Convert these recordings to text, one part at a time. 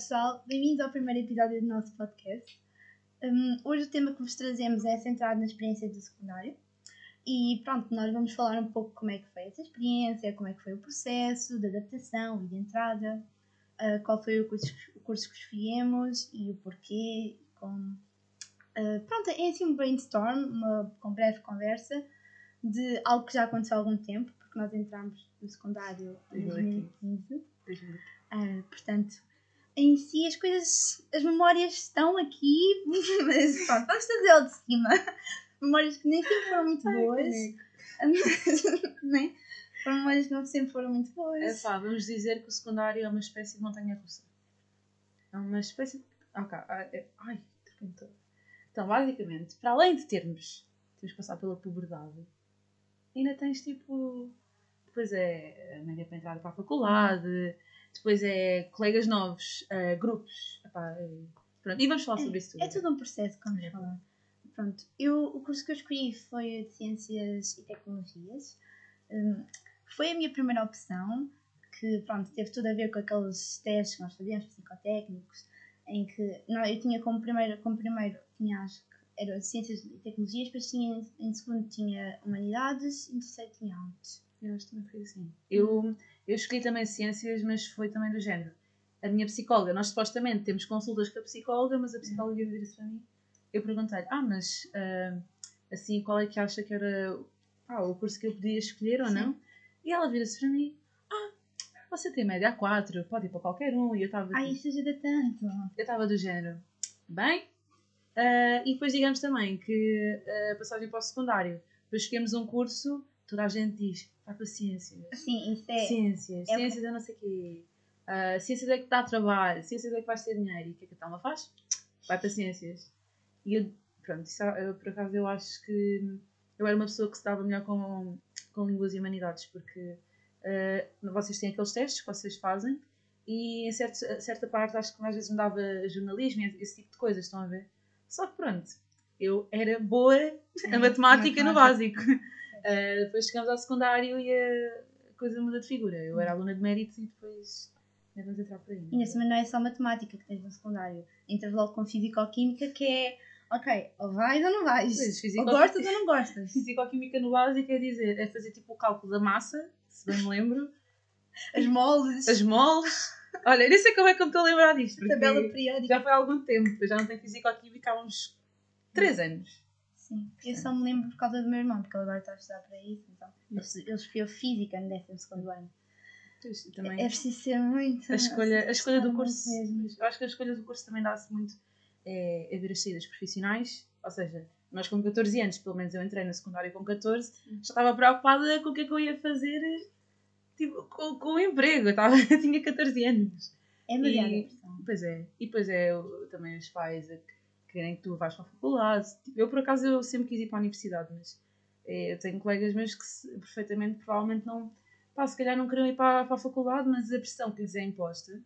pessoal, bem-vindos ao primeiro episódio do nosso podcast. Hoje o tema que vos trazemos é centrado na experiência do secundário e pronto, nós vamos falar um pouco como é que foi essa experiência, como é que foi o processo de adaptação e de entrada, qual foi o curso que escolhemos e o porquê. Pronto, é assim um brainstorm, uma breve conversa de algo que já aconteceu há algum tempo, porque nós entramos no secundário em 2015. Portanto, em si as memórias estão aqui, mas pronto, vamos trazê-lo de cima. Memórias que nem sempre foram muito boas. Né? Foram memórias que não sempre foram muito boas. Vamos dizer que o secundário é uma espécie de montanha-russa. É uma espécie de... Então, basicamente, para além de temos que passar pela puberdade, ainda tens tipo... Depois é a média para entrar para a faculdade, depois é colegas novos, grupos. Pronto, e vamos falar sobre isso tudo. É tudo um processo que vamos falar. Pronto, o curso que eu escolhi foi de Ciências e Tecnologias. Foi a minha primeira opção, que pronto, teve tudo a ver com aqueles testes que nós fazíamos, psicotécnicos, em que eu tinha como primeiro tinha, acho que era Ciências e Tecnologias, depois tinha, em segundo tinha Humanidades e em terceiro tinha Artes. Eu acho que também foi assim. Eu escolhi também Ciências, mas foi também do género. A minha psicóloga, nós supostamente temos consultas com a psicóloga, mas a psicóloga vira-se para mim. Eu perguntei-lhe, mas assim, qual é que acha que era o curso que eu podia escolher ou não? E ela vira-se para mim, você tem média A4, pode ir para qualquer um. E eu estava isso ajuda tanto. Eu estava do género, bem. E depois digamos também que a passagem para o secundário, depois escolhemos um curso, toda a gente diz, vai para Ciências. Sim, isso é... Ciências é não sei o quê. Ciências é que dá trabalho, Ciências é que vais ter dinheiro. E o que é que a Thelma faz? Vai para Ciências. E eu, pronto, por acaso eu acho que eu era uma pessoa que se dava melhor com línguas e humanidades, porque vocês têm aqueles testes que vocês fazem e em certa parte acho que às vezes me dava jornalismo e esse tipo de coisas, estão a ver? Só que pronto, eu era boa a matemática no básico. Depois chegamos ao secundário e a coisa muda de figura. Eu era aluna de mérito e depois vamos entrar por aí. E nesse momento não é só matemática que tens no secundário. Entras logo com físico-química, que é ok, ou vais ou não vais. Ou gostas ou não gostas. Físico-química no básico é fazer tipo o cálculo da massa, se bem me lembro. As moles. Olha, nem sei como é que eu me estou a lembrar disto. Porque tabela periódica. Já foi há algum tempo. Eu já não tenho físico-química há uns 3 anos. Sim, eu só me lembro por causa do meu irmão, porque ele agora está a estudar para isso. Então, ele escolheu física no 12º ano. Também é preciso ser muito... A escolha do curso... Eu acho que a escolha do curso também dá-se muito a ver as saídas profissionais. Ou seja, nós com 14 anos, pelo menos eu entrei no secundário com 14, já estava preocupada com o que é que eu ia fazer tipo, com o emprego. Eu tinha 14 anos. É demasiada pressão. Pois é. E depois também os pais querem que tu vás para a faculdade. Eu, por acaso, eu sempre quis ir para a universidade, mas eu tenho colegas meus que perfeitamente, provavelmente não... se calhar não queriam ir para a faculdade, mas a pressão que lhes é imposta,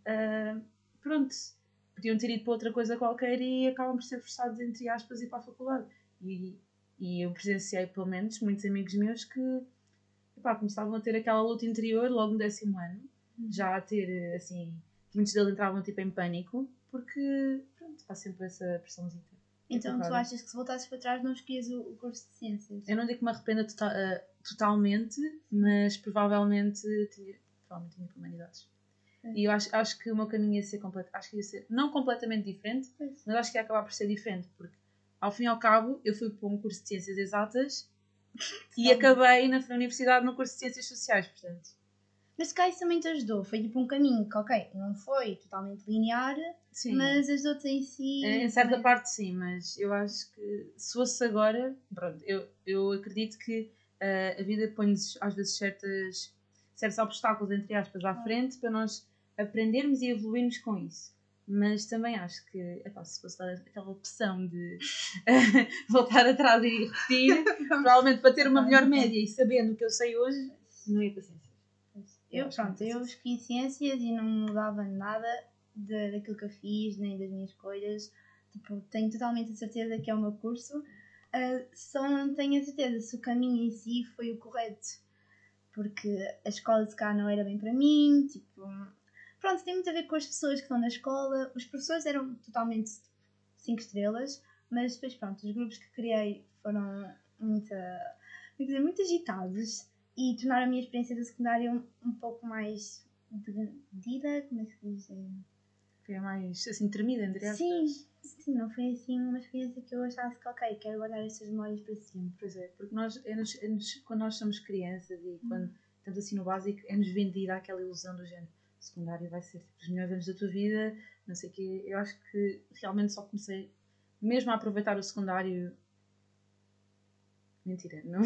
pronto, podiam ter ido para outra coisa qualquer e acabam por ser forçados, entre aspas, a ir para a faculdade. E eu presenciei, pelo menos, muitos amigos meus que começavam a ter aquela luta interior logo no 10º ano, já a ter, assim, muitos deles entravam tipo em pânico, porque, pronto, há sempre essa pressãozinha. Então tu achas que se voltasses para trás não escolhias o curso de Ciências? Eu não digo que me arrependa totalmente, mas provavelmente tinha para Humanidades. E eu acho que o meu caminho ia ser não completamente diferente, mas acho que ia acabar por ser diferente, porque ao fim e ao cabo eu fui para um curso de Ciências Exatas e acabei na universidade no curso de Ciências Sociais, portanto. Mas se calhar isso também te ajudou, foi tipo um caminho que, ok, não foi totalmente linear, sim, mas ajudou-te em si... Em certa parte sim, mas eu acho que se fosse agora, pronto, eu acredito que a vida põe-nos às vezes certos obstáculos, entre aspas, à frente para nós aprendermos e evoluirmos com isso. Mas também acho que, se fosse dar aquela opção de voltar atrás e repetir, provavelmente para ter uma melhor média e sabendo o que eu sei hoje, não ia para Ciências. Eu escolhi Ciências e não mudava nada daquilo que eu fiz, nem das minhas escolhas. Tipo, tenho totalmente a certeza que é o meu curso. Só não tenho a certeza se o caminho em si foi o correto. Porque a escola de cá não era bem para mim, tipo... pronto, tem muito a ver com as pessoas que estão na escola. Os professores eram totalmente 5 estrelas, mas depois, pronto, os grupos que criei foram muito agitados e tornaram a minha experiência da secundária um pouco mais dida, como é que se diz? Foi mais, assim, tremida, entre aspas. Sim, não foi assim uma experiência que eu achasse que, ok, quero guardar estas memórias para sempre. Pois é, porque quando nós somos crianças e quando estamos assim no básico, é-nos vendida aquela ilusão do género. Secundário vai ser tipo, os melhores anos da tua vida, não sei o quê. Eu acho que realmente só comecei mesmo a aproveitar o secundário. Mentira, não.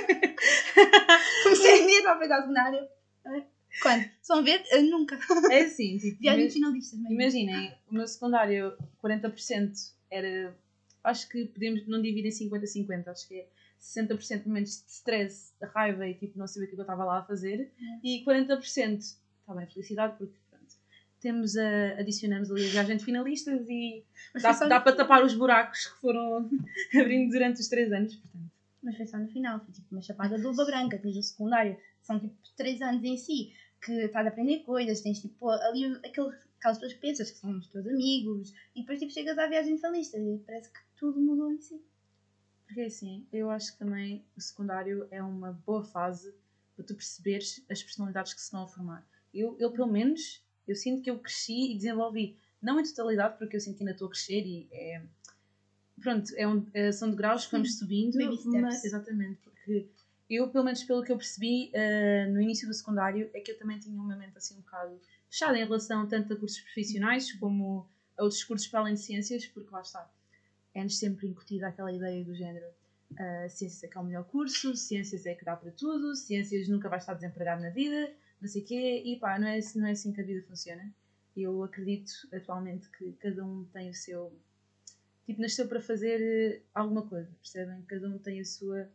Comecei mesmo a aproveitar o secundário. Quando? Se vão ver, nunca. É assim, tipo, Viagem finalistas mesmo. Imaginem, o meu secundário, 40% era. Acho que podemos não dividir em 50-50, acho que é 60% de momentos de stress, de raiva e tipo, não saber o que eu estava lá a fazer, e 40% está bem, felicidade, porque pronto, adicionamos ali a viagem de finalistas e dá para tapar os buracos que foram abrindo durante os 3 anos, portanto. Mas foi só no final, foi tipo uma chapada de luva branca, tens o secundário, são tipo 3 anos em si, que estás a aprender coisas, tens tipo ali aquelas tuas pensas que são os teus amigos, e depois tipo chegas à viagem finalista e parece que tudo mudou em si. Porque assim, eu acho que também o secundário é uma boa fase para tu perceberes as personalidades que se estão a formar. Eu pelo menos, eu sinto que eu cresci e desenvolvi, não em totalidade, porque eu sinto que ainda estou a crescer e pronto, são degraus que vamos subindo. Baby steps. Exatamente, porque eu, pelo menos pelo que eu percebi no início do secundário, é que eu também tinha uma mente assim um bocado fechada em relação tanto a cursos profissionais como a outros cursos para além de ciências, porque lá está, é-nos sempre incutida aquela ideia do género ciências é que é o melhor curso, ciências é que dá para tudo, ciências nunca vai estar desempregado na vida, não sei o quê, e pá, não é assim que a vida funciona. Eu acredito atualmente que cada um tem o seu... Tipo, nasceu para fazer alguma coisa, percebem? Cada um tem a sua...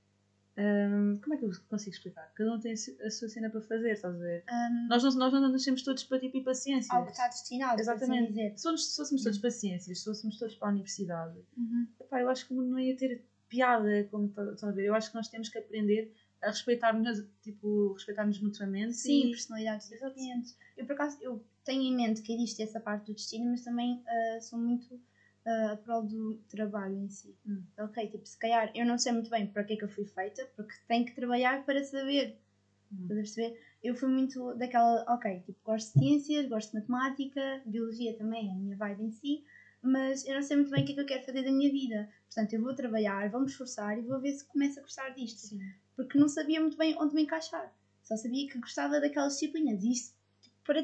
como é que eu consigo explicar? Cada um tem a sua cena para fazer, estás a ver? Nós não nascemos todos para tipo ir para ciências. Algo que está destinado, exatamente. Assim dizer. Se fôssemos todos para ciências, se fôssemos todos para a universidade, epá, eu acho que não ia ter piada, como estão a ver. Eu acho que nós temos que aprender a respeitar-nos mutuamente. Sim, personalidades diferentes. Eu, por acaso, eu tenho em mente que existe essa parte do destino, mas também sou muito a prol do trabalho em si. Ok, tipo, se calhar eu não sei muito bem para que é que eu fui feita, porque tenho que trabalhar para saber. Estás a perceber? Eu fui muito daquela, ok, tipo, gosto de ciências, gosto de matemática, biologia também é a minha vibe em si, mas eu não sei muito bem o que é que eu quero fazer da minha vida. Portanto, eu vou trabalhar, vou-me esforçar e vou ver se começo a gostar disto. Sim. Porque não sabia muito bem onde me encaixar. Só sabia que gostava daquelas disciplinas. E isso, para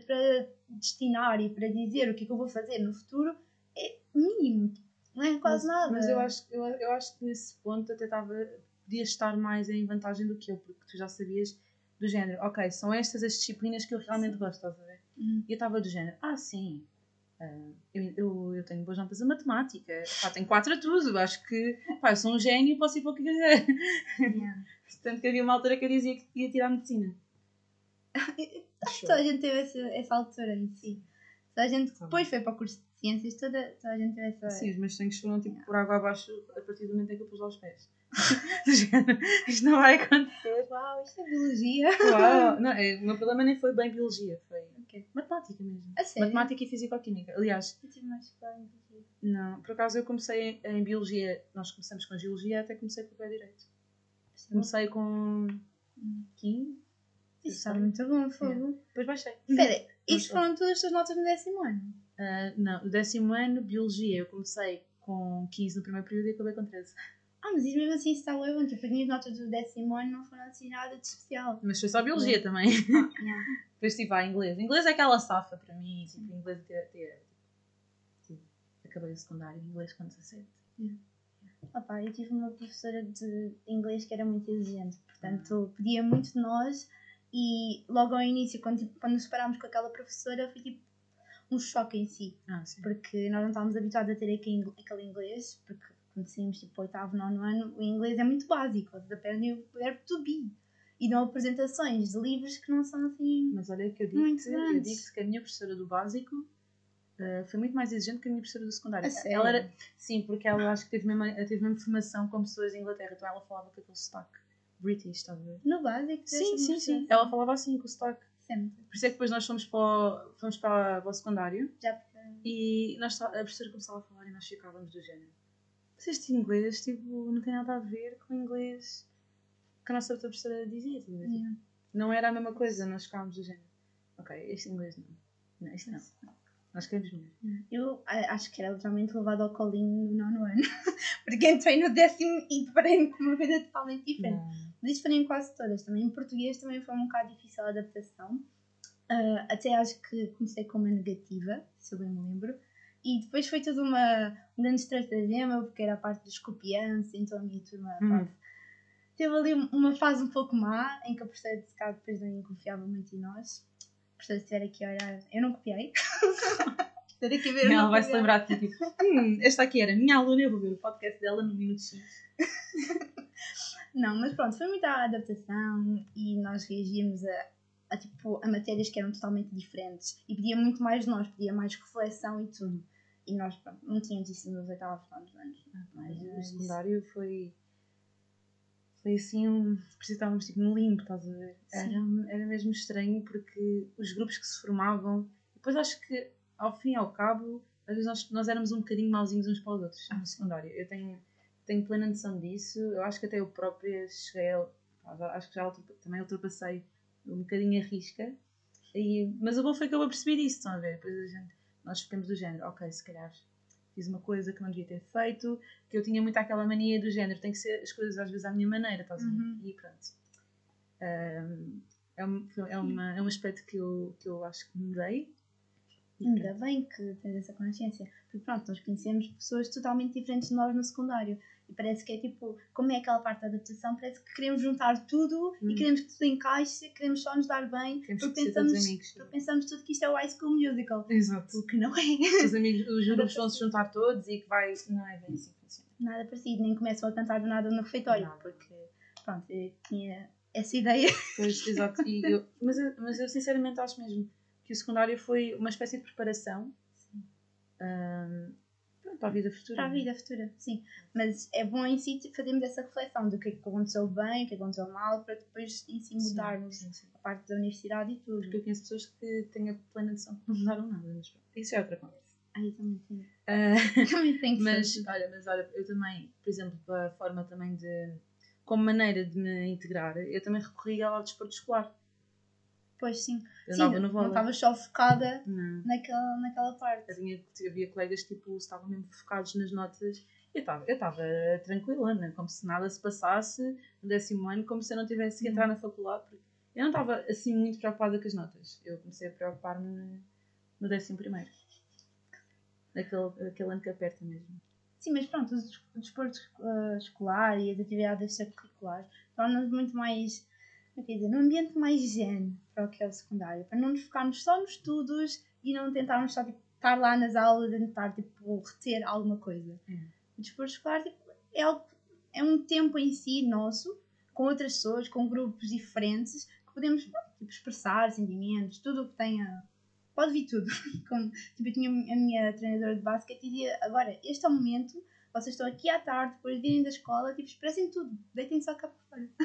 destinar e para dizer o que é que eu vou fazer no futuro, é mínimo. Não é quase nada. Mas eu acho que nesse ponto até podias estar mais em vantagem do que eu, porque tu já sabias do género, ok, são estas as disciplinas que eu realmente gosto, estás a ver? E eu estava do género, sim, eu tenho boas notas a matemática, tenho 4 a tudo, acho que eu sou um gênio e posso ir para o que quiser. Portanto, que havia uma altura que eu dizia que ia tirar medicina. Acho que toda a gente teve essa altura em si. Toda a gente depois foi para o curso de ciências, toda a gente teve essa... Sim, os meus sonhos foram tipo por água abaixo a partir do momento em que eu pus lá os pés. Isto não vai acontecer. Uau, isto é biologia. Uau. Não, o meu problema nem foi bem biologia, foi matemática mesmo. A sério? Matemática e fisicoquímica. Aliás, eu tive mais para em biologia. Não, por acaso eu comecei em biologia, nós começamos com geologia, até comecei com o pé direito. Comecei com 15. Isso está muito bom, fogo. Depois baixei. Espera, isto foram todas as tuas notas no 10º ano? Não, no 10º ano, biologia, eu comecei com 15 no primeiro período e acabei com 13. Mas isso mesmo assim está bom, tipo, as minhas notas do 10º ano não foram assim nada de especial. Mas foi só biologia também. Depois tipo, inglês. Inglês é aquela safa para mim, tipo, inglês acabei o secundário em inglês com 17. Eu tive uma professora de inglês que era muito exigente, portanto pedia muito de nós e logo ao início, quando nos separámos com aquela professora, foi tipo um choque em si, porque nós não estávamos habituados a ter aquele inglês, porque quando saímos tipo 8º, 9º ano, o inglês é muito básico, vocês aprendem o verbo to be e dão apresentações de livros que não são assim. Mas olha que eu digo-te que a minha professora do básico foi muito mais exigente que a minha professora do secundário. Ela era, sim, porque ela acho que teve mesmo formação com pessoas de Inglaterra, então ela falava com aquele sotaque British, estás a ver? No básico? Sim. Ela falava assim com o sotaque. Sempre. Por isso é que depois nós fomos para o secundário Já porque... e a professora começava a falar e nós ficávamos do género. Mas este inglês, tipo, não tem nada a ver com o inglês que a nossa outra professora dizia. Tipo, Yeah. não era a mesma coisa, nós ficávamos do género. Ok, este inglês não. Não, isto não. Nós queremos melhor. Eu acho que era literalmente levado ao colinho no 9º ano. Porque entrei no 10º e deparei-me com uma coisa totalmente diferente. Mas isso foi em quase todas também. Em português também foi um bocado difícil a adaptação. Até acho que comecei com uma negativa, se eu bem me lembro. E depois foi toda um grande estratagema, porque era a parte dos copiantes, então a minha turma teve ali uma fase um pouco má, em que a professora de secado depois não confiava muito em nós. A professora se estiver aqui a olhar, eu não copiei. Ter aqui a ver, ela vai se lembrar de ti, tipo, esta aqui era a minha aluna, eu vou ver o podcast dela no minuto X. Não, mas pronto, foi muita adaptação e nós reagíamos a matérias que eram totalmente diferentes e pedia muito mais de nós, pedia mais reflexão e tudo. E nós, pronto, não tínhamos isso nos 8º anos. Mas o secundário foi assim, precisávamos tipo no limbo, estás a ver? Era mesmo estranho porque os grupos que se formavam, depois acho que ao fim e ao cabo, às vezes nós éramos um bocadinho mauzinhos uns para os outros no secundário. Eu tenho plena noção disso, eu acho que até eu própria acho que já também ultrapassei um bocadinho a risca, mas o bom foi que eu apercebi disso, estão a ver? Depois nós ficamos do género, ok, se calhar fiz uma coisa que não devia ter feito, que eu tinha muito aquela mania do género, tem que ser as coisas às vezes à minha maneira, estás a ver? E pronto. É um aspecto que eu acho que mudei. Ainda bem que tens essa consciência, porque pronto, nós conhecemos pessoas totalmente diferentes de nós no secundário e parece que é tipo, como é aquela parte da adaptação, parece que queremos juntar tudo e queremos que tudo encaixe, queremos só nos dar bem, porque pensamos tudo que isto é o High School Musical. Exato. O que não é. Os grupos vão se juntar todos e que vai... Não é bem assim que funciona. Nada parecido, nem começam a cantar do nada no refeitório, porque pronto, eu tinha essa ideia. Pois, exato, mas eu sinceramente acho mesmo que o secundário foi uma espécie de preparação para a vida futura. Para a vida futura, sim. Mas é bom em si fazermos essa reflexão do que é que aconteceu bem, o que aconteceu mal, para depois em si mudarmos a parte da universidade e tudo. Porque eu conheço pessoas que têm a plena noção que não mudaram nada, mas isso é outra coisa. Eu também tenho. Também tenho que mas olha, eu também, por exemplo, a forma também de... Como maneira de me integrar, eu também recorri ao desporto escolar. Pois sim. Eu sim, não estava só focada naquela parte. Havia colegas que tipo, estavam mesmo focados nas notas. Eu estava tranquila, né? Como se nada se passasse no 10º ano, como se eu não tivesse que entrar na faculdade. Porque eu não estava assim muito preocupada com as notas. Eu comecei a preocupar-me no 11º. Aquele ano que aperta mesmo. Sim, mas pronto, o desporto escolar e as atividades extracurriculares tornam-nos muito mais, quer dizer, num ambiente mais zen para o que é o secundário, para não nos focarmos só nos estudos e não tentarmos só tipo, estar lá nas aulas e tentar tipo, reter alguma coisa. O desporto escolar tipo, é um tempo em si nosso, com outras pessoas, com grupos diferentes, que podemos tipo, expressar sentimentos, tudo o que tenha. Pode vir tudo. Como, tipo, eu tinha a minha treinadora de basquete e dizia, agora, este é o momento, vocês estão aqui à tarde, depois de virem da escola, tipo, expressem tudo, deitem só cá para fora.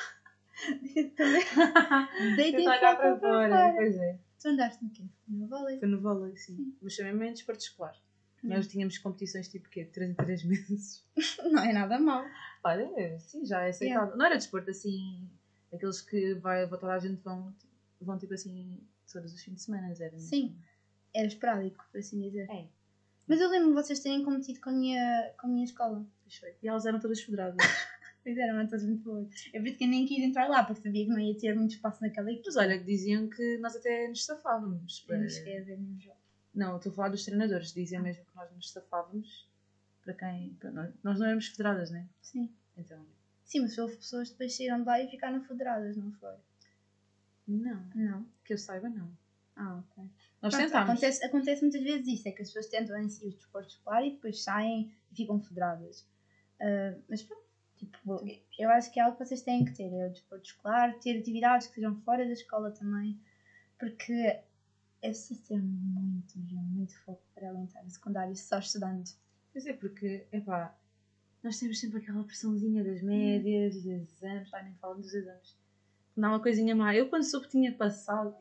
Deitem só cá para fora. Pois é. Tu andaste no quê? No vôlei? Foi no vôlei, sim. Mas chamei-me em desporto escolar. Nós tínhamos competições tipo quê? 3 em 3 meses. Não é nada mau. Olha, sim, já é aceitável. Não era desporto assim, aqueles que toda a gente vão tipo assim todos os fins de semana, era mesmo. Sim, era esporádico, por assim dizer. Mas eu lembro-me de vocês terem competido com a minha escola. E elas eram todas federadas. Pois eram todas muito boas. Eu por isso que eu nem quis entrar lá, porque sabia que não ia ter muito espaço naquela equipe. Mas olha, que diziam que nós até nos safávamos. Eu não cheguei a ver nenhum jogo. Não, estou a falar dos treinadores. Diziam mesmo que nós nos safávamos. Nós não éramos federadas, não é? Sim. Então. Sim, mas houve pessoas que depois saíram de lá e ficaram federadas, não foi? Não. Que eu saiba, não. Ok. Nós tentámos. Acontece muitas vezes isso, é que as pessoas tentam em si o desporto escolar e depois saem e ficam federadas. Mas pronto, tipo, eu acho que é algo que vocês têm que ter, é o desporto escolar, ter atividades que sejam fora da escola também, porque é preciso ter muito foco para aguentar o secundário só estudando. Pois é, porque, nós temos sempre aquela pressãozinha das médias, dos exames, nem falando dos exames. Dá uma coisinha má. Eu quando soube que tinha passado...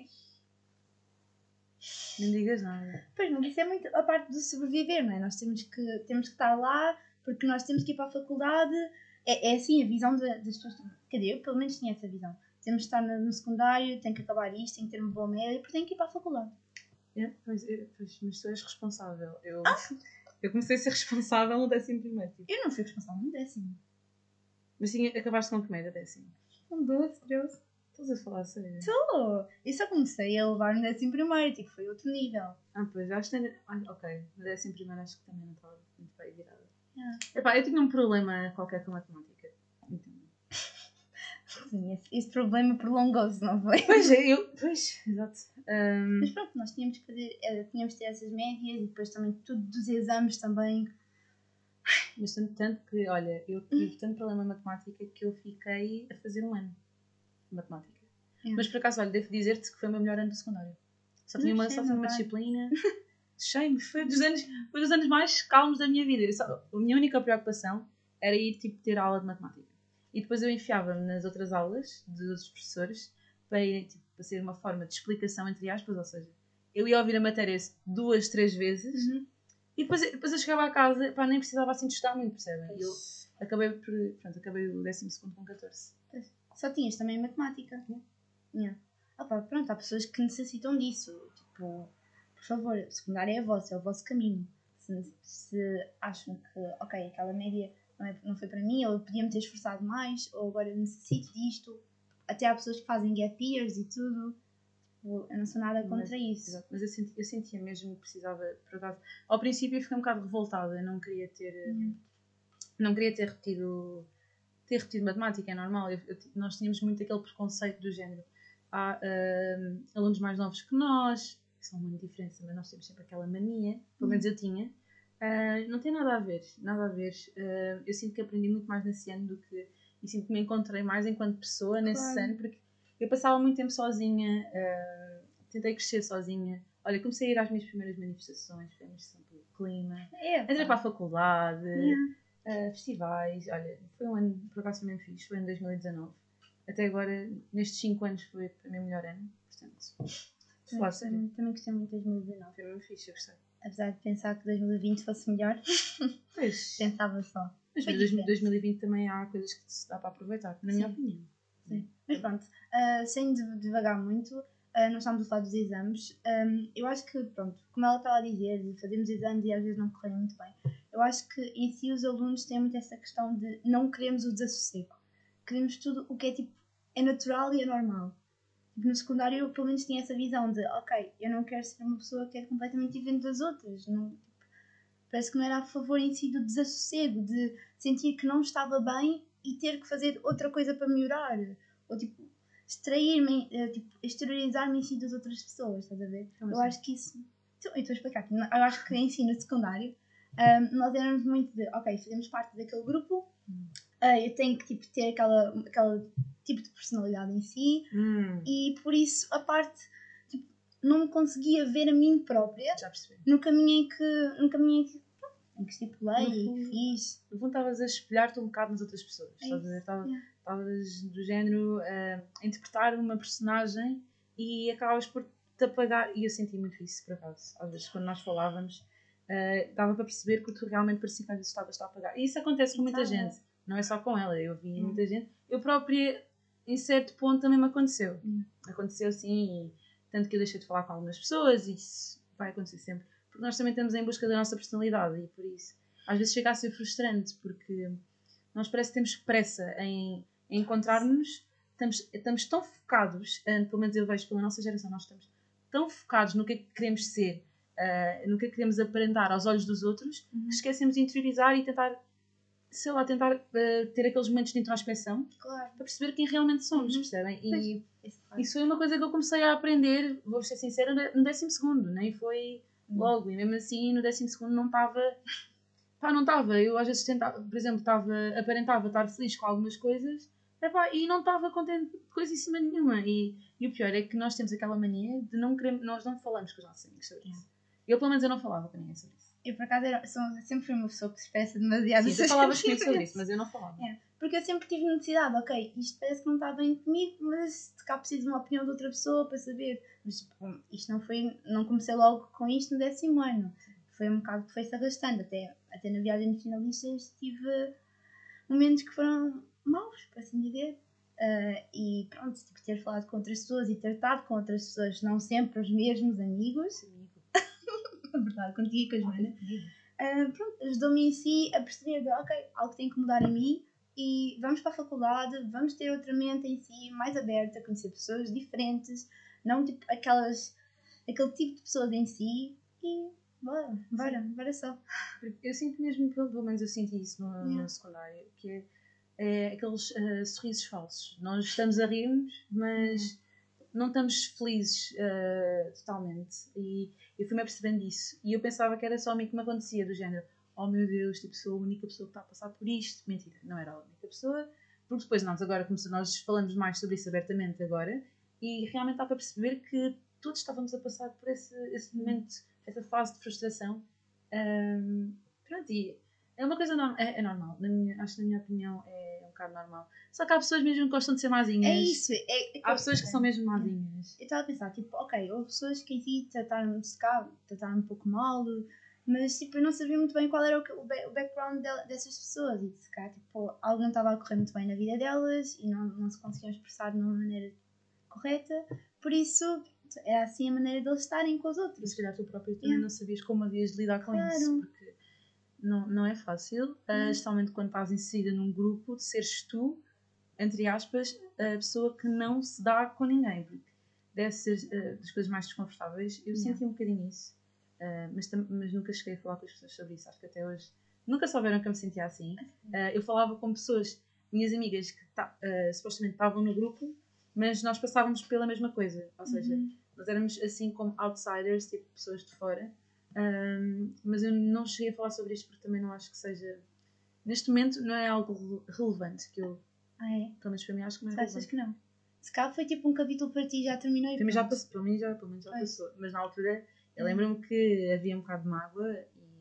Nem digas nada. Pois, mas isso é muito a parte do sobreviver, não é? Nós temos que estar lá porque nós temos que ir para a faculdade. É assim a visão das pessoas. Quer dizer, eu pelo menos tinha essa visão. Temos que estar no secundário, tem que acabar isto, tem que ter uma boa média, porque tem que ir para a faculdade. Pois, mas tu és responsável. Eu comecei a ser responsável no 11º. Tipo. Eu não fui responsável no 10º. Mas acabaste com que média 10º? Com 12, 13. Estás a falar sério? Estou! Eu só comecei a levar no 11º, tipo, foi outro nível. Pois, acho que ok, no 11º acho que também não estava muito bem virada. Yeah. Epá, eu tinha um problema qualquer com matemática. Então... Sim, esse problema prolongou-se, não foi? Pois, exato. Mas pronto, nós tínhamos que fazer, tínhamos que ter essas médias e depois também tudo dos exames também. Mas tanto que, olha, eu tive tanto problema em matemática que eu fiquei a fazer um ano de matemática. Mas por acaso, olha, devo dizer-te que foi o meu melhor ano do secundário. Só tinha uma disciplina. Shame, foi dos anos mais calmos da minha vida. A minha única preocupação era ir tipo, ter aula de matemática. E depois eu enfiava-me nas outras aulas dos outros professores para ser uma forma de explicação, entre aspas, ou seja, eu ia ouvir a matéria 2, 3 vezes e depois eu chegava a casa, pá, nem precisava assim de estudar muito, percebem? E eu acabei o 12º com 14. Só tinhas também matemática. Yeah. Pronto, há pessoas que necessitam disso. Tipo, por favor, o secundário é o vosso caminho. Se acham que, ok, aquela média não foi para mim, ou eu podia me ter esforçado mais, ou agora eu necessito disto. Até há pessoas que fazem gap years e tudo. Tipo, eu não sou nada contra isso. Exato. Mas eu sentia mesmo que precisava, por acaso. Ao princípio eu fiquei um bocado revoltada, eu não queria ter repetido matemática, é normal. Nós tínhamos muito aquele preconceito do género. Há alunos mais novos que nós, que são uma diferença, mas nós temos sempre aquela mania, pelo menos eu tinha. Não tem nada a ver. Eu sinto que aprendi muito mais nesse ano do que... E sinto que me encontrei mais enquanto pessoa nesse ano, porque eu passava muito tempo sozinha, tentei crescer sozinha. Olha, comecei a ir às minhas primeiras manifestações, foi a manifestação pelo clima, entrei para a faculdade, festivais. Olha, foi um ano, por acaso também fiz, foi em 2019. Até agora, nestes 5 anos, foi o meu melhor ano, portanto... Também gostei muito de 2019. Foi mesmo fixe, eu gostei. Apesar de pensar que 2020 fosse melhor, pensava só. Mas em 2020 também há coisas que se dá para aproveitar, na minha opinião. Sim. Mas pronto, sem devagar muito, nós estamos a falar dos exames. Eu acho que, pronto, como ela estava a dizer, fazemos exames e às vezes não correm muito bem. Eu acho que em si os alunos têm muito essa questão de não queremos o desassossego. Queremos tudo o que é tipo, é natural e é normal. No secundário eu pelo menos tinha essa visão de, ok, eu não quero ser uma pessoa que é completamente diferente das outras. Não, parece que não era a favor em si do desassossego, de sentir que não estava bem e ter que fazer outra coisa para melhorar. Ou tipo, extrair-me, exteriorizar-me em si das outras pessoas, estás a ver? Eu acho que isso... Então, eu estou a explicar aqui. Eu acho que em si no secundário nós éramos muito de, ok, fazemos parte daquele grupo, eu tenho que tipo, ter aquela tipo de personalidade em si e por isso a parte tipo, não me conseguia ver a mim própria no caminho em que estipulei e que fiz. No fundo estavas a espelhar-te um bocado nas outras pessoas, estavas do género a interpretar uma personagem e acabavas por te apagar, e eu senti muito isso por acaso, às vezes quando nós falávamos dava para perceber que tu realmente parecia que às vezes estavas a apagar, e isso acontece com muita gente, não é só com ela, eu vi muita gente, eu própria em certo ponto também me aconteceu. Aconteceu sim, tanto que eu deixei de falar com algumas pessoas e isso vai acontecer sempre. Porque nós também estamos em busca da nossa personalidade e por isso às vezes chega a ser frustrante porque nós parece que temos pressa em encontrar-nos, estamos tão focados, pelo menos eu vejo pela nossa geração, nós estamos tão focados no que é que queremos ser, no que é que queremos aparentar aos olhos dos outros, que esquecemos de interiorizar e tentar ter aqueles momentos de introspecção para perceber quem realmente somos, percebem? E isso foi uma coisa que eu comecei a aprender, vou ser sincera, no 12º, nem foi logo, e mesmo assim no 12º não estava, eu às vezes tentava, por exemplo, aparentava estar feliz com algumas coisas, e não estava contente de coisíssima nenhuma, e o pior é que nós temos aquela mania de nós não falamos com os nossos amigos sobre isso. Eu pelo menos eu não falava com ninguém sobre isso. Eu, por acaso, sempre fui uma pessoa que se expressa demasiado. Sim, tu falavas comigo sobre isso, mas eu não falava. Porque eu sempre tive necessidade, ok, isto parece que não está bem comigo, mas se cá preciso de uma opinião de outra pessoa para saber. Mas tipo, isto não comecei logo com isto no 10º ano. Foi um bocado que foi-se arrastando. Até na viagem de finalistas tive momentos que foram maus, por assim dizer. E pronto, tipo, ter falado com outras pessoas e ter estado com outras pessoas, não sempre os mesmos amigos. É verdade, contigo e com a Joana. Pronto, ajudou-me em si a perceber de, ok, algo tem que mudar em mim e vamos para a faculdade, vamos ter outra mente em si mais aberta, conhecer pessoas diferentes, não tipo aquele tipo de pessoas em si e bora só. Eu sinto mesmo, pelo menos eu senti isso no secundário, que é aqueles sorrisos falsos. Nós estamos a rir-nos, mas não estamos felizes totalmente. E eu fui-me apercebendo disso. E eu pensava que era só a mim que me acontecia, do género, oh meu Deus, tipo, sou a única pessoa que está a passar por isto. Mentira, não era a única pessoa. Porque depois nós falamos mais sobre isso abertamente agora. E realmente dá para perceber que todos estávamos a passar por esse momento, essa fase de frustração. Pronto, e é uma coisa é normal. Acho que na minha opinião é um bocado normal. Só que há pessoas mesmo que gostam de ser mazinhas. É isso. Há pessoas que são mesmo mazinhas. Eu estava a pensar, tipo, ok, houve pessoas que em si trataram um pouco mal, mas tipo, eu não sabia muito bem qual era o background dessas pessoas. E se calhar, tipo, algo não estava a correr muito bem na vida delas e não se conseguiam expressar de uma maneira correta. Por isso, é assim a maneira deles estarem com os outros. E se calhar tu próprio também não sabias como havias de lidar com isso. Porque não é fácil, especialmente quando estás inserida num grupo, de seres tu, entre aspas, a pessoa que não se dá com ninguém. Porque deve ser das coisas mais desconfortáveis. Eu senti um bocadinho isso, mas nunca cheguei a falar com as pessoas sobre isso. Acho que até hoje nunca souberam que eu me sentia assim. Eu falava com pessoas, minhas amigas, que supostamente estavam no grupo, mas nós passávamos pela mesma coisa. Ou seja, nós éramos assim como outsiders, tipo pessoas de fora. Mas eu não cheguei a falar sobre isto porque também não acho que seja, neste momento não é algo relevante que eu, pelo menos para mim, acho que não é relevante. Achas que não? Se calhar foi tipo um capítulo para ti, já terminou e para mim já passou, pelo menos já passou, mas na altura eu lembro-me que havia um bocado de mágoa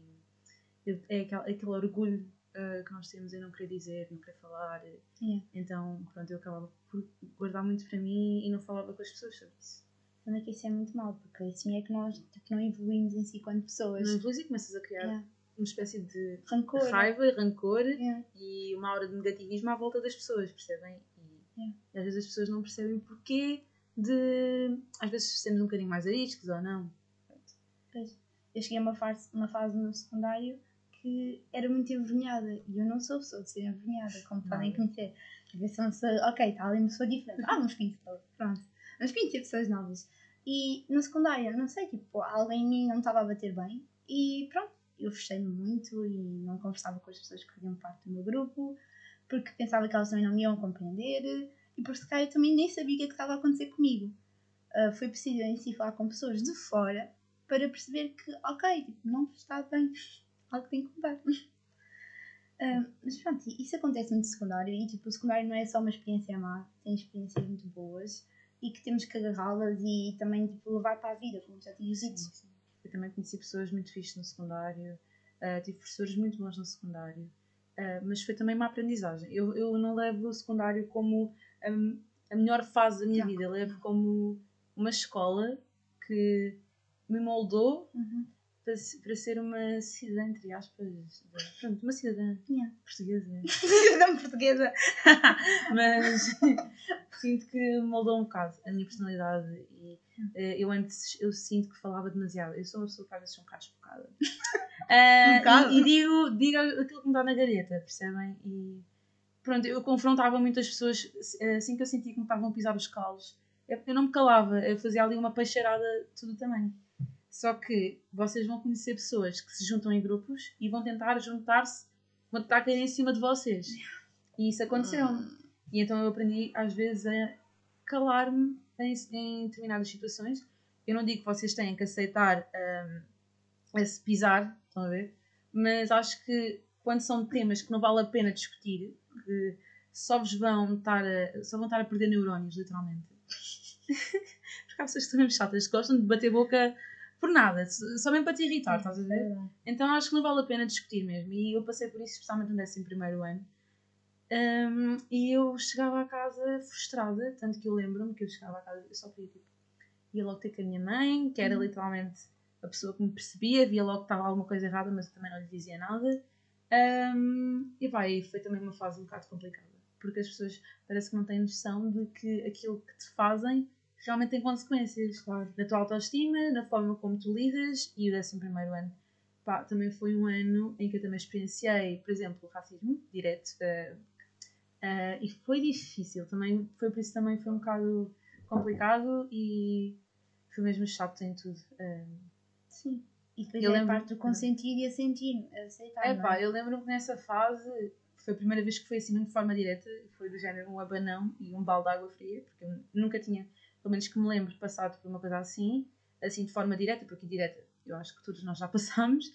e aquele orgulho que nós temos em não querer dizer, não querer falar. Então pronto, eu acabava por guardar muito para mim e não falava com as pessoas sobre isso. Também que isso é muito mal, porque assim é que nós tipo, não evoluímos em si quando pessoas. Não evoluís e começas a criar uma espécie de rancor, raiva, rancor e uma aura de negativismo à volta das pessoas, percebem? E às vezes as pessoas não percebem porquê de, às vezes, sermos um bocadinho mais ariscos ou não. Pois. Eu cheguei a uma fase no secundário que era muito envergonhada e eu não sou pessoa de ser envergonhada, como podem conhecer. A ver se uma pessoa, ok, está ali uma pessoa diferente. Vamos conhecer, pronto. Vamos conhecer pessoas novas. E no secundário, não sei, tipo, alguém em mim não estava a bater bem e pronto, eu fechei-me muito e não conversava com as pessoas que faziam parte do meu grupo porque pensava que elas também não me iam compreender e por se calhar eu também nem sabia o que estava a acontecer comigo. Foi preciso em si falar com pessoas de fora para perceber que, ok, tipo, não está bem, algo tem que mudar. Mas pronto, isso acontece no secundário e tipo, o secundário não é só uma experiência má, tem experiências muito boas e que temos que agarrá-las e também tipo, levar para a vida, como já tinha dito. Sim. Eu também conheci pessoas muito fixes no secundário, tive professores muito bons no secundário, mas foi também uma aprendizagem. Eu não levo o secundário como a melhor fase da minha vida, eu levo como uma escola que me moldou para ser uma cidadã, entre aspas, pronto, uma cidadã portuguesa. Cidadã portuguesa. Mas sinto que moldou um bocado a minha personalidade e eu antes sinto que falava demasiado. Eu sou uma pessoa que às vezes sou um bocado espocada. E digo aquilo que me dá na galheta, percebem? E pronto, eu confrontava muitas pessoas assim que eu sentia que me estavam a pisar os calos. Eu não me calava, eu fazia ali uma peixeirada de todo o tamanho. Só que vocês vão conhecer pessoas que se juntam em grupos e vão tentar juntar-se, vão tentar cair em cima de vocês. E isso aconteceu-me. E então eu aprendi às vezes a calar-me em determinadas situações. Eu não digo que vocês têm que aceitar esse pisar, estão a ver? Mas acho que quando são temas que não vale a pena discutir, que só vão estar a perder neurónios, literalmente. Porque há pessoas que são mesmo chatas, que gostam de bater boca por nada, só mesmo para te irritar, estás a ver? Então acho que não vale a pena discutir mesmo. E eu passei por isso, especialmente no 11º ano. E eu chegava a casa frustrada, tanto que eu lembro-me que eu chegava a casa, eu só queria tipo, ia logo ter com a minha mãe, que era literalmente a pessoa que me percebia, via logo que estava alguma coisa errada, mas eu também não lhe dizia nada. E pá, e foi também uma fase um bocado complicada, porque as pessoas parece que não têm noção de que aquilo que te fazem realmente tem consequências. Claro. Na tua autoestima, na forma como tu lidas, e o 11º ano, pá, também foi um ano em que eu também experienciei, por exemplo, o racismo direto, e foi difícil, também, foi por isso também foi um bocado complicado e foi mesmo chato em tudo. Sim. E depois Eu é a lembro- parte do consentir e aceitar, não Pá, é? eu lembro-me que nessa fase foi a primeira vez que foi assim, muito de forma direta, foi do género um abanão e um balde de água fria, porque eu nunca tinha, pelo menos que me lembro, passado por uma coisa assim de forma direta, porque direta eu acho que todos nós já passámos.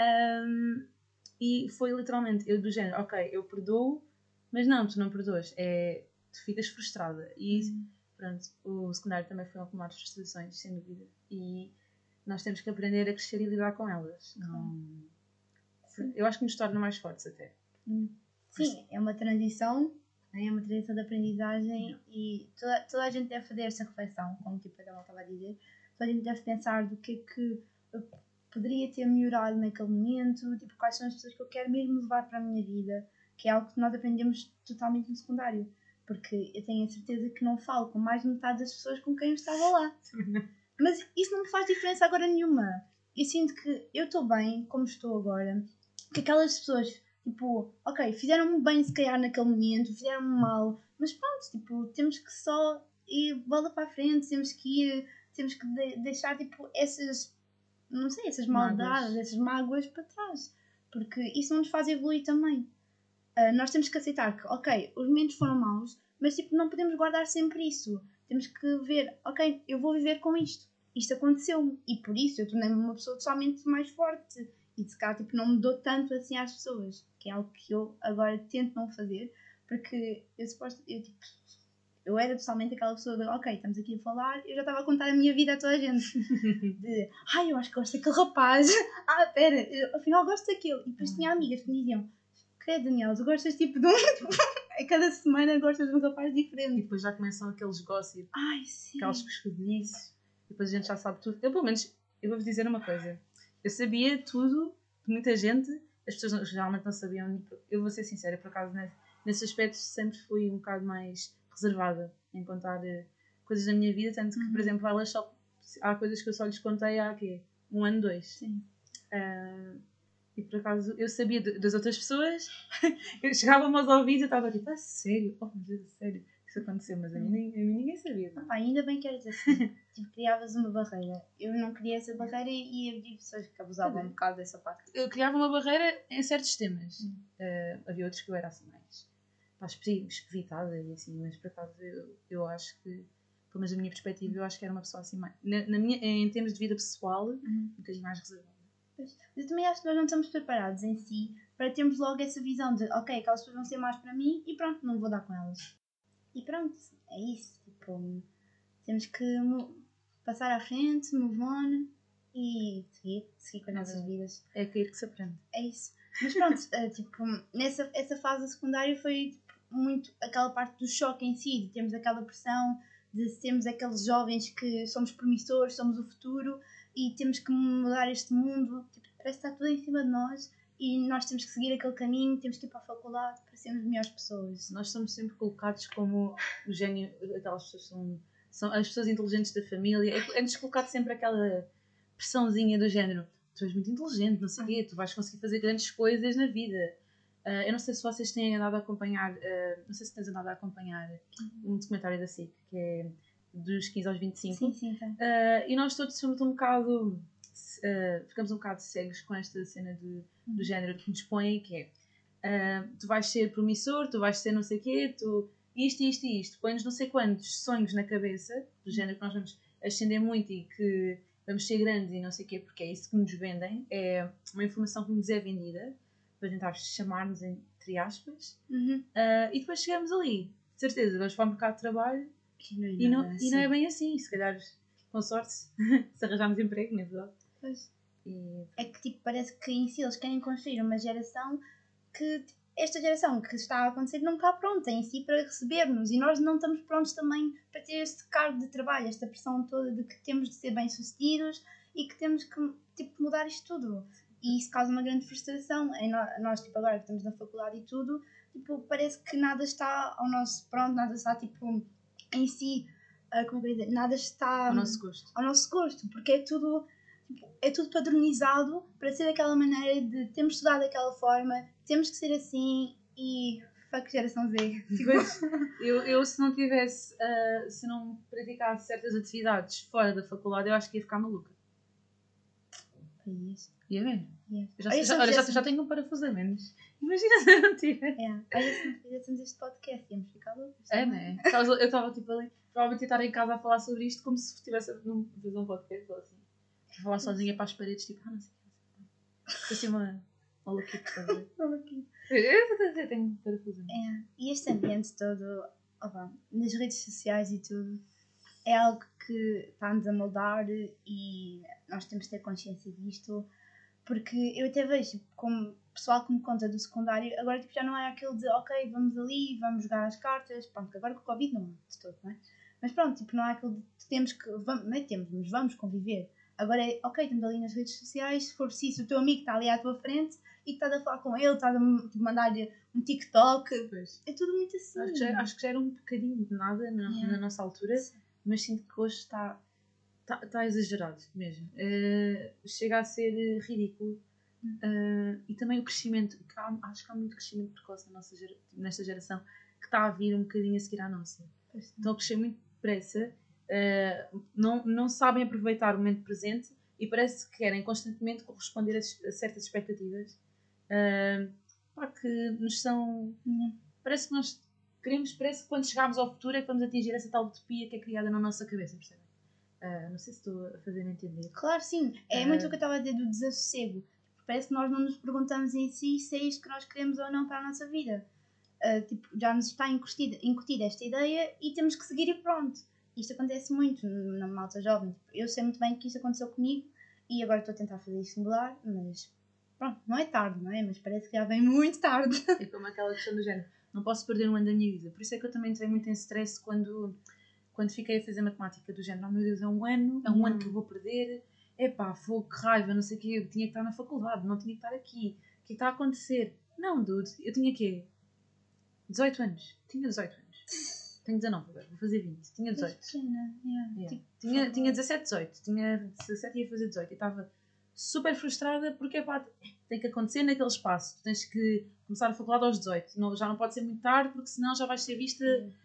E foi literalmente eu do género, ok, eu perdoo, mas não, tu não perdoas, tu ficas frustrada. E pronto, o secundário também foi um acumular de frustrações, sem dúvida. E nós temos que aprender a crescer e lidar com elas. Não... Eu acho que nos torna mais fortes até. Sim, é uma transição, né? É uma transição de aprendizagem e toda a gente deve fazer esta reflexão, como tipo a Dama estava a dizer, toda a gente deve pensar do que é que eu poderia ter melhorado naquele momento, tipo, quais são as pessoas que eu quero mesmo levar para a minha vida, que é algo que nós aprendemos totalmente no secundário, porque eu tenho a certeza que não falo com mais de metade das pessoas com quem eu estava lá. Mas isso não me faz diferença agora nenhuma. Eu sinto que eu estou bem como estou agora, que aquelas pessoas, tipo, ok, fizeram-me bem se calhar naquele momento, fizeram-me mal, mas pronto, tipo, temos que só ir bola para a frente, temos que deixar, tipo, essas, não sei, essas maldades, essas mágoas para trás, porque isso não nos faz evoluir também. Nós temos que aceitar que, ok, os momentos foram maus, mas tipo, não podemos guardar sempre isso. Temos que ver, ok, eu vou viver com isto. Isto aconteceu-me e por isso eu tornei-me uma pessoa totalmente mais forte. E de cá, tipo, não me dou tanto assim às pessoas, que é algo que eu agora tento não fazer, porque eu era totalmente aquela pessoa de, ok, estamos aqui a falar, eu já estava a contar a minha vida a toda a gente. De, eu acho que gosto daquele rapaz. Pera, afinal gosto daquele. E depois tinha amigas que me diziam, credo, Daniel, tu gostas tipo de um... a cada semana gostas de um rapaz diferente. E depois já começam aqueles gossip, Sim. aqueles pescoços, e depois a gente já sabe tudo. Eu, pelo menos, eu vou-vos dizer uma coisa. Eu sabia tudo de muita gente, as pessoas geralmente não sabiam. Eu vou ser sincera, por acaso, nesse aspecto sempre fui um bocado mais reservada em contar coisas da minha vida, tanto que, por exemplo, elas só... Há coisas que eu só lhes contei há, quê? 1 ano, 2. Sim. E por acaso eu sabia das outras pessoas, eu chegava-me aos ouvidos e eu estava tipo, sério? Oh meu Deus, sério? Isso aconteceu, mas a mim ninguém sabia. Ainda bem que eras assim. Tipo, criavas uma barreira. Eu não queria essa barreira e havia pessoas que abusavam um bocado dessa parte. Eu criava uma barreira em certos temas. Havia outros que eu era assim mais espevitada e assim, mas por acaso eu acho que, pelo menos da minha perspectiva, eu acho que era uma pessoa assim mais. Em termos de vida pessoal, um bocadinho mais reservada. Mas eu também acho que nós não estamos preparados em si para termos logo essa visão de, ok, aquelas pessoas vão ser más para mim e pronto, não vou dar com elas. E pronto, é isso. Tipo, temos que passar à frente, move on e seguir com as nossas vidas. É cair que se aprende. É isso. Mas pronto, tipo, essa fase secundária foi tipo, muito aquela parte do choque em si, de termos aquela pressão, de sermos aqueles jovens que somos promissores, somos o futuro e temos que mudar este mundo. Tipo, parece que está tudo em cima de nós e nós temos que seguir aquele caminho, temos que ir para a faculdade para sermos melhores pessoas. Nós somos sempre colocados como o gênio, aquelas pessoas são as pessoas inteligentes da família, é-nos colocado sempre aquela pressãozinha do género, tu és muito inteligente, não sei o quê, tu vais conseguir fazer grandes coisas na vida. Eu não sei se vocês têm andado a acompanhar, não sei se tens andado a acompanhar um documentário da SIC, que é dos 15 aos 25. Sim, tá. E nós todos somos um bocado, ficamos um bocado cegos com esta cena do género que nos põe, que é, tu vais ser promissor, tu vais ser não sei o quê, tu isto, põe-nos não sei quantos sonhos na cabeça, do género que nós vamos ascender muito e que vamos ser grandes e não sei o quê, porque é isso que nos vendem, é uma informação que nos é vendida, para tentar chamar-nos entre aspas, e depois chegamos ali, de certeza, vamos para o mercado de trabalho e não é bem assim, se calhar com sorte, se arranjarmos emprego, não é verdade? Pois. É que tipo, parece que em si eles querem construir uma geração que tipo, esta geração que está a acontecer não está pronta em si para receber-nos e nós não estamos prontos também para ter este cargo de trabalho, esta pressão toda de que temos de ser bem-sucedidos e que temos que tipo, mudar isto tudo. E isso causa uma grande frustração em nós, tipo, agora que estamos na faculdade e tudo, tipo, parece que nada está ao nosso pronto, nada está tipo em si, como é que eu ia dizer, nada está Ao nosso gosto, porque é tudo padronizado para ser daquela maneira de temos de estudar daquela forma, temos que ser assim e fuck geração Z. Pois, eu se não tivesse, se não praticasse certas atividades fora da faculdade, eu acho que ia ficar maluca. Ia ver? Já tenho um parafuso a menos. Imagina se eu não tiver. Olha, se não fizéssemos este podcast, íamos ficar loucos. Não é? Eu estava tipo ali, provavelmente ia estar em casa a falar sobre isto como se estivesse a fazer um podcast ou assim. A falar sozinha para as paredes, tipo, não sei o que. Estou assim uma maluquita, estás a ver? Eu tenho um parafuso a menos. E este ambiente todo, nas redes sociais e tudo, é algo que está-nos a moldar e nós temos de ter consciência disto, porque eu até vejo como pessoal que me conta do secundário, agora tipo, já não é aquele de ok, vamos ali, vamos jogar as cartas, pronto, agora com o Covid não é de todo, não é? Mas pronto, tipo, não é aquele de temos que, não é temos, mas vamos conviver. Agora é ok, estamos ali nas redes sociais, se for preciso, o teu amigo está ali à tua frente e estás a falar com ele, estás a mandar-lhe um TikTok, pois. É tudo muito assim. Acho que já era um bocadinho de nada na nossa altura, mas sinto que hoje está exagerado mesmo. Chega a ser ridículo. E também o crescimento, acho que há muito crescimento precoce nesta geração que está a vir um bocadinho a seguir à nossa. Estão a crescer muito depressa, não sabem aproveitar o momento presente e parece que querem constantemente corresponder a certas expectativas que nos são. Parece que nós queremos, parece que quando chegarmos ao futuro é que vamos atingir essa tal utopia que é criada na nossa cabeça, percebem? Não sei se estou a fazer-me entender. Claro, sim. É muito o que eu estava a dizer do desassossego. Parece que nós não nos perguntamos em si se é isto que nós queremos ou não para a nossa vida. Tipo, já nos está incutida esta ideia e temos que seguir e pronto. Isto acontece muito na malta jovem. Eu sei muito bem que isto aconteceu comigo e agora estou a tentar fazer isto mudar, mas pronto, não é tarde, não é? Mas parece que já vem muito tarde. É como aquela questão do género. Não posso perder um ano da minha vida. Por isso é que eu também entrei muito em stress quando fiquei a fazer matemática do género. Oh meu Deus, é um ano que eu vou perder. Epá, fogo, que raiva, não sei o quê. Eu tinha que estar na faculdade, não tinha que estar aqui. O que está a acontecer? Não, dude, eu tinha quê? 18 anos. Tinha 18 anos. Tenho 19 agora, vou fazer 20. Tinha 18. Tinha 17, 18. Tinha 17 e ia fazer 18. E estava super frustrada porque, epá, tem que acontecer naquele espaço. Tu tens que começar a faculdade aos 18. Já não pode ser muito tarde porque senão já vais ser vista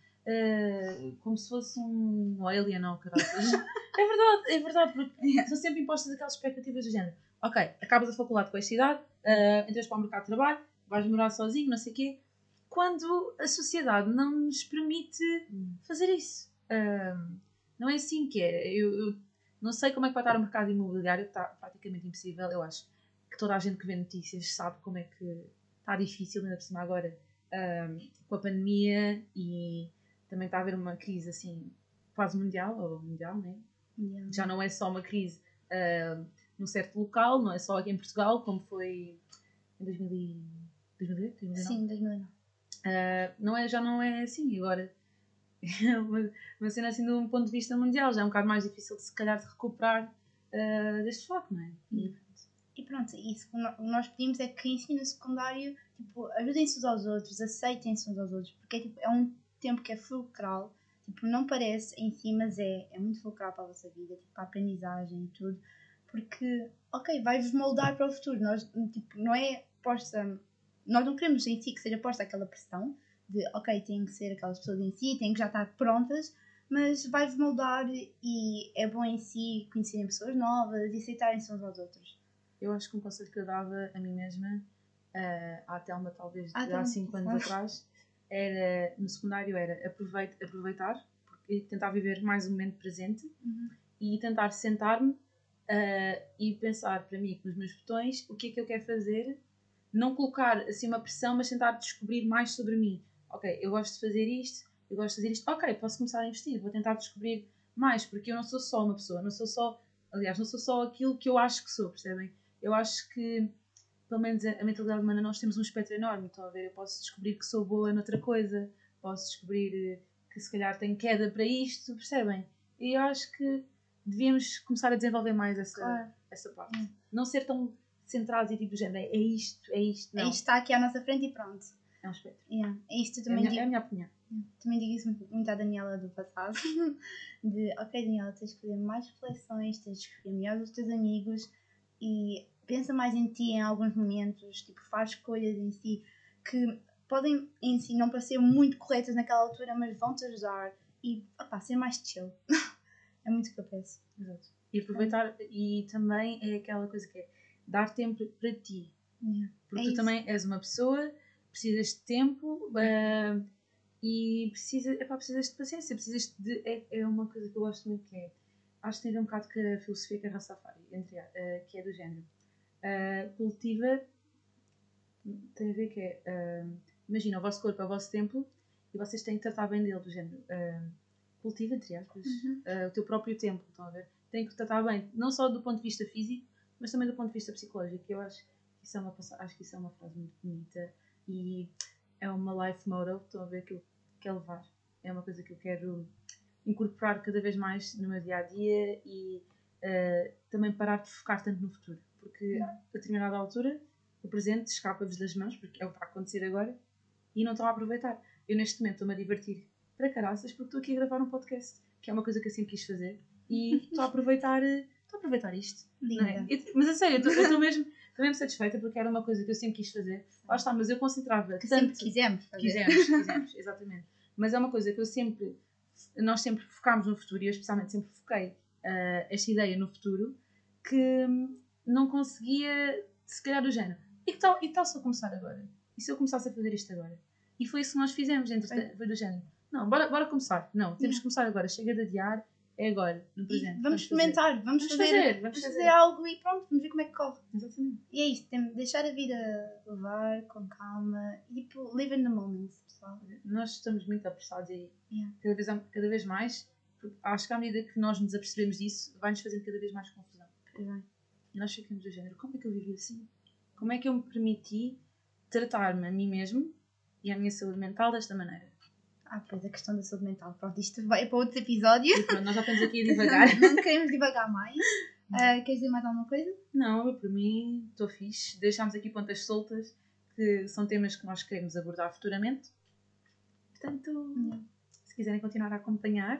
como se fosse um alien ou caralho. É verdade, porque são sempre impostas aquelas expectativas do género. Ok, acabas a faculdade com esta idade, entras para o mercado de trabalho, vais morar sozinho, não sei o quê. Quando a sociedade não nos permite fazer isso. Não é assim que é. Eu não sei como é que vai estar o mercado imobiliário, que está praticamente impossível. Eu acho que toda a gente que vê notícias sabe como é que está difícil, ainda por cima agora, com a pandemia, e também está a haver uma crise assim, quase mundial, né? Já não é só uma crise num certo local, não é só aqui em Portugal, como foi em 2008? Sim, 2009. Já não é assim agora. É uma cena assim de um ponto de vista mundial, já é um bocado mais difícil de se calhar de recuperar deste foco, não é? E pronto, isso que nós pedimos é que ensino secundário, tipo, ajudem-se uns aos outros, aceitem-se uns aos outros, porque tipo, é um tempo que é fulcral, tipo, não parece em si, mas é muito fulcral para a vossa vida, tipo, para a aprendizagem e tudo, porque, ok, vai-vos moldar para o futuro, nós, tipo, não é posta, nós não queremos em si que seja posta aquela pressão de, ok, têm que ser aquelas pessoas em si, têm que já estar prontas, mas vai-vos moldar e é bom em si conhecerem pessoas novas e aceitarem-se uns aos outros. Eu acho que um conselho que eu dava a mim mesma, à Telma talvez de há 5 anos atrás, no secundário era aproveitar, porque tentar viver mais o momento presente e tentar sentar-me e pensar para mim, com os meus botões, o que é que eu quero fazer, não colocar assim uma pressão, mas tentar descobrir mais sobre mim. Ok, eu gosto de fazer isto, ok, posso começar a investir, vou tentar descobrir mais, porque eu não sou só uma pessoa, não sou só aquilo que eu acho que sou, percebem? Eu acho que pelo menos a mentalidade humana, nós temos um espectro enorme, estão a ver? Eu posso descobrir que sou boa noutra coisa, posso descobrir que se calhar tenho queda para isto, percebem? E eu acho que devíamos começar a desenvolver mais essa parte. Não ser tão centrados e tipo do género, é isto, não. É isto que está aqui à nossa frente e pronto. É um espectro. É isto também é a minha opinião. Também digo isso muito à Daniela do passado. De, ok Daniela, tens de fazer mais reflexões, tens de escolher melhor os teus amigos e pensa mais em ti em alguns momentos, tipo, faz escolhas em si que podem em si não parecer muito corretas naquela altura, mas vão-te ajudar e ser mais chill. É muito o que eu penso. Exato. E aproveitar, e também é aquela coisa que é dar tempo para ti. Porque tu também és uma pessoa, precisas de tempo e precisas de paciência, precisas de. É uma coisa que eu gosto muito que é. Acho que tem a ver um bocado com a filosofia que é Rastafari, que é do género. Cultiva. Tem a ver que é. Imagina, o vosso corpo é o vosso templo e vocês têm que tratar bem dele, do género. Cultiva, entre aspas, o teu próprio templo, estão a ver? Tem que tratar bem, não só do ponto de vista físico, mas também do ponto de vista psicológico. Eu acho que isso é uma frase muito bonita e é uma life motto, estão a ver, que eu quero levar. É uma coisa que eu quero incorporar cada vez mais no meu dia-a-dia e também parar de focar tanto no futuro. Porque a determinada altura, o presente escapa-vos das mãos, porque é o que está a acontecer agora, e não estão a aproveitar. Eu neste momento estou-me a divertir para caraças porque estou aqui a gravar um podcast, que é uma coisa que eu sempre quis fazer, e estou a aproveitar isto. Não é? Mas a sério, eu estou mesmo satisfeita porque era uma coisa que eu sempre quis fazer. Lá está, mas eu concentrava que tanto... sempre quisemos fazer. Quisemos, exatamente. Mas é uma coisa que nós sempre focámos no futuro, e eu especialmente sempre foquei esta ideia no futuro, que não conseguia, se calhar, do género. E tal se eu começar agora? E se eu começasse a fazer isto agora? E foi isso que nós fizemos, foi do género. Não, bora começar. Não, temos que começar agora. Chega de adiar, é agora, no presente. Vamos experimentar, vamos fazer algo e pronto, vamos ver como é que corre. Exatamente. E é isso, temos de deixar a vida levar com calma e tipo, live in the moment, pessoal. Nós estamos muito apressados e cada vez mais, porque acho que à medida que nós nos apercebemos disso, vai-nos fazendo cada vez mais confusão. E nós ficamos do género, como é que eu vivi assim? Como é que eu me permiti tratar-me a mim mesmo e a minha saúde mental desta maneira? Pois a questão da saúde mental. Pronto, isto vai para outro episódio. E pronto, nós já estamos aqui a divagar. Não queremos divagar mais. Queres dizer mais alguma coisa? Não, eu por mim estou fixe. Deixámos aqui pontas soltas, que são temas que nós queremos abordar futuramente. Portanto, se quiserem continuar a acompanhar,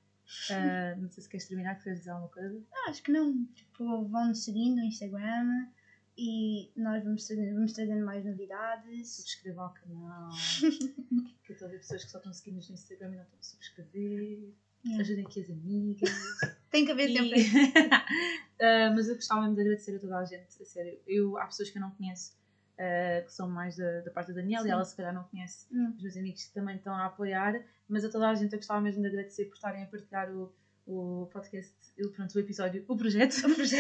não sei se queres terminar, queres dizer alguma coisa? Acho que não. Tipo, vão-nos seguindo no Instagram e nós vamos trazendo mais novidades. Subscrevam o canal. Que eu estou a ver pessoas que só estão seguindo no Instagram e não estão a subscrever. Ajudem aqui as amigas. Tem que haver sempre. Mas eu gostava mesmo de agradecer a toda a gente, a sério. Há pessoas que eu não conheço, que são mais da parte da Daniela, e ela se calhar não conhece os meus amigos que também estão a apoiar, mas a toda a gente eu gostava mesmo de agradecer por estarem a partilhar o podcast, o episódio, o projeto.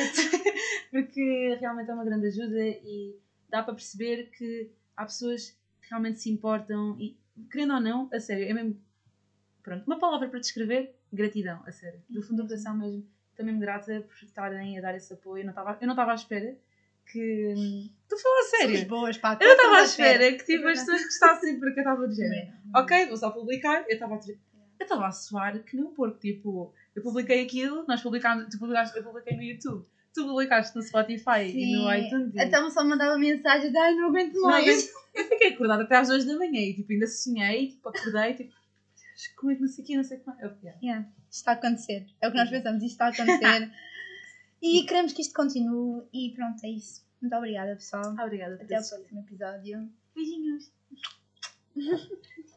Porque realmente é uma grande ajuda e dá para perceber que há pessoas que realmente se importam e, querendo ou não, a sério, é mesmo, pronto, uma palavra para descrever, gratidão, a sério, do fundo do coração mesmo, estou mesmo grata por estarem a dar esse apoio. Eu não estava à espera que... Estou a falar a sério. Somos boas, pá, eu não estava à espera que tipo, as pessoas gostassem, porque eu estava de género. Ok, vou só publicar. Eu estava a suar que nem um porco, tipo, eu publiquei aquilo, nós publicámos, eu publiquei no YouTube. Tu publicaste no Spotify e no iTunes. Então só mandava mensagem de não aguento mais. Eu fiquei acordada até às 2 da manhã e tipo, ainda sonhei, tipo, acordei, tipo, como é que não sei o que, não sei o que mais. Isto está a acontecer. É o que nós pensamos, isto está a acontecer. E queremos que isto continue. E pronto, é isso. Muito obrigada, pessoal. Obrigada. Até ao próximo episódio. Beijinhos.